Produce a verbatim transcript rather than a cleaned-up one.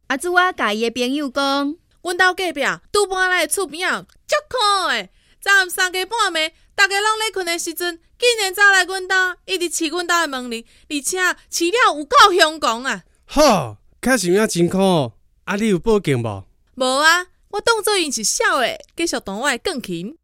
阿珠啊，甲伊的朋友讲， 阮兜隔壁拄搬来厝边啊，足可诶！昨暗三更半暝，大家拢咧困的时阵，竟然走来阮兜，一直饲阮兜的门铃，而且饲了有够凶狂啊！ 吼，确实影真苦。啊，你有报警无？ 无啊，我当作因是痟的，继续动我的钢琴。